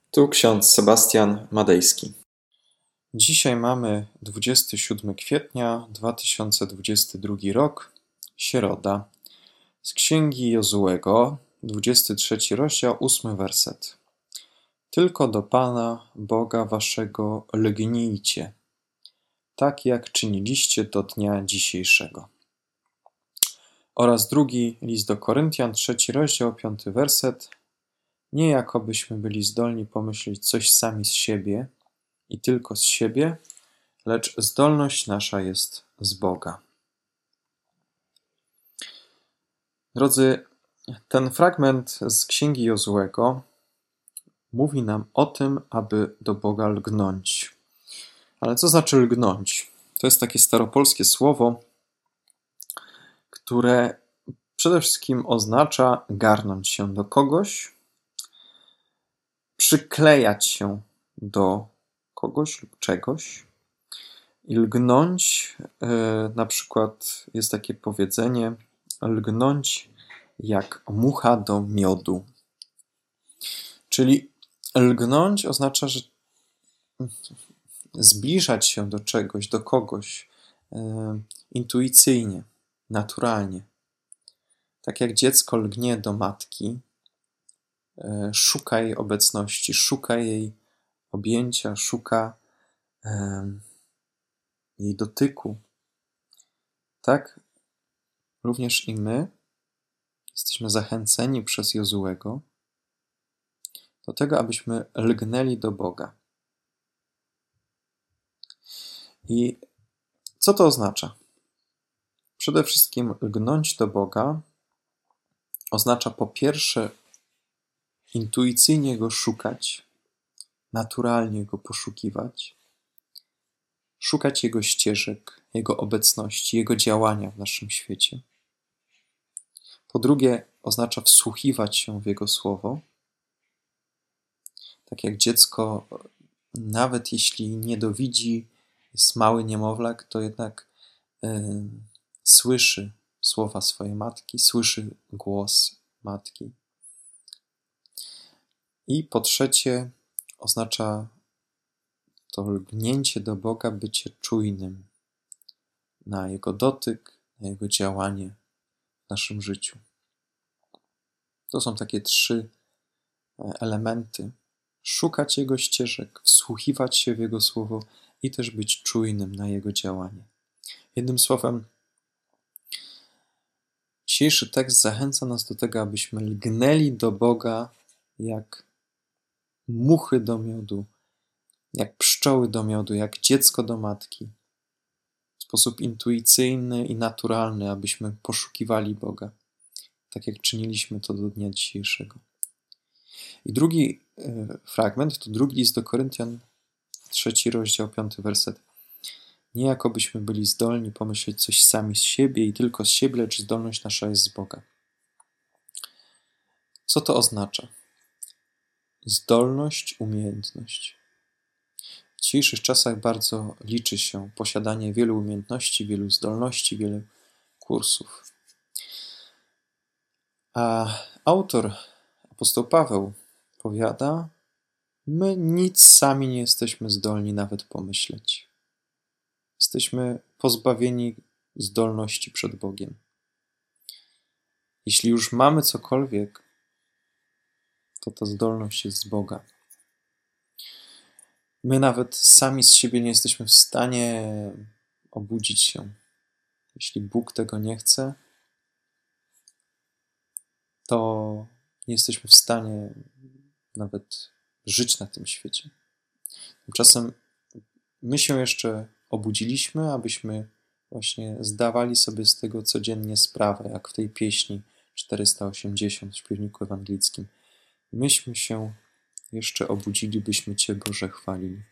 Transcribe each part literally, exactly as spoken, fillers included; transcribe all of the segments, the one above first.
Tu ksiądz Sebastian Madejski. Dzisiaj mamy dwudziestego siódmego kwietnia dwa tysiące dwudziesty drugi rok, środa. Z księgi Jozułego, dwudziesty trzeci rozdział, ósmy werset. Tylko do Pana, Boga waszego, lgnijcie, tak jak czyniliście do dnia dzisiejszego. Oraz drugi list do Koryntian, trzeci rozdział, piąty werset. Nie jakobyśmy byli zdolni pomyśleć coś sami z siebie i tylko z siebie, lecz zdolność nasza jest z Boga. Drodzy, ten fragment z księgi Jozułego mówi nam o tym, aby do Boga lgnąć. Ale co znaczy lgnąć? To jest takie staropolskie słowo, które przede wszystkim oznacza garnąć się do kogoś, przyklejać się do kogoś lub czegoś. I lgnąć, yy, na przykład jest takie powiedzenie, lgnąć jak mucha do miodu. Czyli lgnąć oznacza, że zbliżać się do czegoś, do kogoś yy, intuicyjnie, naturalnie. Tak jak dziecko lgnie do matki, yy, szuka jej obecności, szuka jej objęcia, szuka yy, jej dotyku. Tak również i my jesteśmy zachęceni przez Jozułego do tego, abyśmy lgnęli do Boga. I co to oznacza? Przede wszystkim lgnąć do Boga oznacza po pierwsze intuicyjnie Go szukać, naturalnie Go poszukiwać, szukać Jego ścieżek, Jego obecności, Jego działania w naszym świecie. Po drugie, oznacza wsłuchiwać się w Jego słowo. Tak jak dziecko, nawet jeśli nie dowidzi, jest mały niemowlak, to jednak yy, słyszy słowa swojej matki, słyszy głos matki. I po trzecie, oznacza to lgnięcie do Boga, bycie czujnym na Jego dotyk, na Jego działanie w naszym życiu. To są takie trzy elementy. Szukać Jego ścieżek, wsłuchiwać się w Jego słowo i też być czujnym na Jego działanie. Jednym słowem, dzisiejszy tekst zachęca nas do tego, abyśmy lgnęli do Boga jak muchy do miodu, jak pszczoły do miodu, jak dziecko do matki. W sposób intuicyjny i naturalny, abyśmy poszukiwali Boga, tak jak czyniliśmy to do dnia dzisiejszego. I drugi y, fragment to drugi list do Koryntian, trzeci rozdział, piąty werset. Nie jakobyśmy byli zdolni pomyśleć coś sami z siebie i tylko z siebie, lecz zdolność nasza jest z Boga. Co to oznacza? Zdolność, umiejętność. W dzisiejszych czasach bardzo liczy się posiadanie wielu umiejętności, wielu zdolności, wielu kursów. A autor, apostoł Paweł, powiada, my nic sami nie jesteśmy zdolni nawet pomyśleć. Jesteśmy pozbawieni zdolności przed Bogiem. Jeśli już mamy cokolwiek, to ta zdolność jest z Boga. My nawet sami z siebie nie jesteśmy w stanie obudzić się. Jeśli Bóg tego nie chce, to nie jesteśmy w stanie nawet żyć na tym świecie. Tymczasem my się jeszcze obudziliśmy, abyśmy właśnie zdawali sobie z tego codziennie sprawę, jak w tej pieśni czterysta osiemdziesiąt w śpiewniku ewangelickim. Myśmy się jeszcze obudzili, byśmy Cię, Boże, chwalili.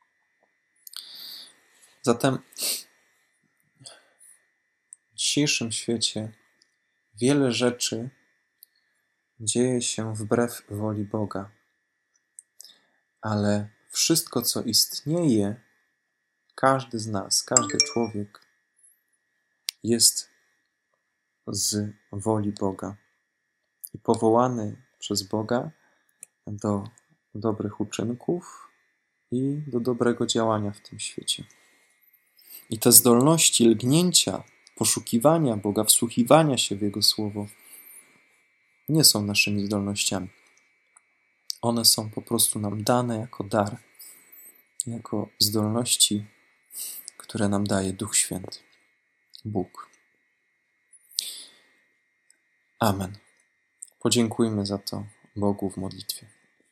Zatem w dzisiejszym świecie wiele rzeczy dzieje się wbrew woli Boga. Ale wszystko, co istnieje, każdy z nas, każdy człowiek jest z woli Boga i powołany przez Boga do do dobrych uczynków i do dobrego działania w tym świecie. I te zdolności lgnięcia, poszukiwania Boga, wsłuchiwania się w Jego Słowo nie są naszymi zdolnościami. One są po prostu nam dane jako dar, jako zdolności, które nam daje Duch Święty, Bóg. Amen. Podziękujmy za to Bogu w modlitwie.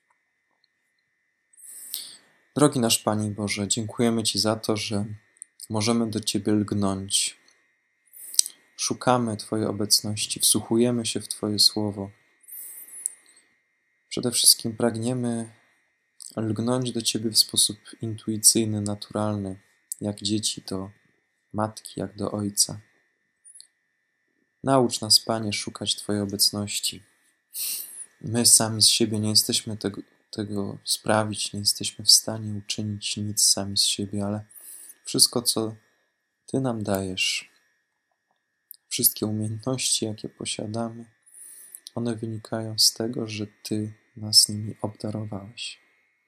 Drogi nasz Panie Boże, dziękujemy Ci za to, że możemy do Ciebie lgnąć. Szukamy Twojej obecności, wsłuchujemy się w Twoje Słowo. Przede wszystkim pragniemy lgnąć do Ciebie w sposób intuicyjny, naturalny, jak dzieci do matki, jak do ojca. Naucz nas, Panie, szukać Twojej obecności. My sami z siebie nie jesteśmy tego, tego sprawić, nie jesteśmy w stanie uczynić nic sami z siebie, ale wszystko, co Ty nam dajesz, wszystkie umiejętności, jakie posiadamy, one wynikają z tego, że Ty nas nimi obdarowałeś.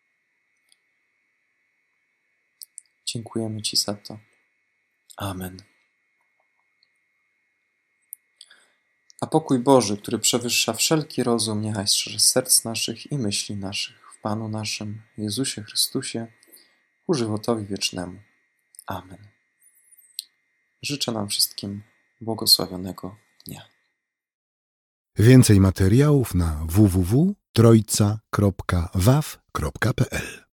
Dziękujemy Ci za to. Amen. A pokój Boży, który przewyższa wszelki rozum, niechaj strzeże serc naszych i myśli naszych w Panu naszym, Jezusie Chrystusie, ku żywotowi wiecznemu. Amen. Życzę nam wszystkim błogosławionego dnia. Więcej materiałów na w w w kropka trojca kropka w a w kropka p l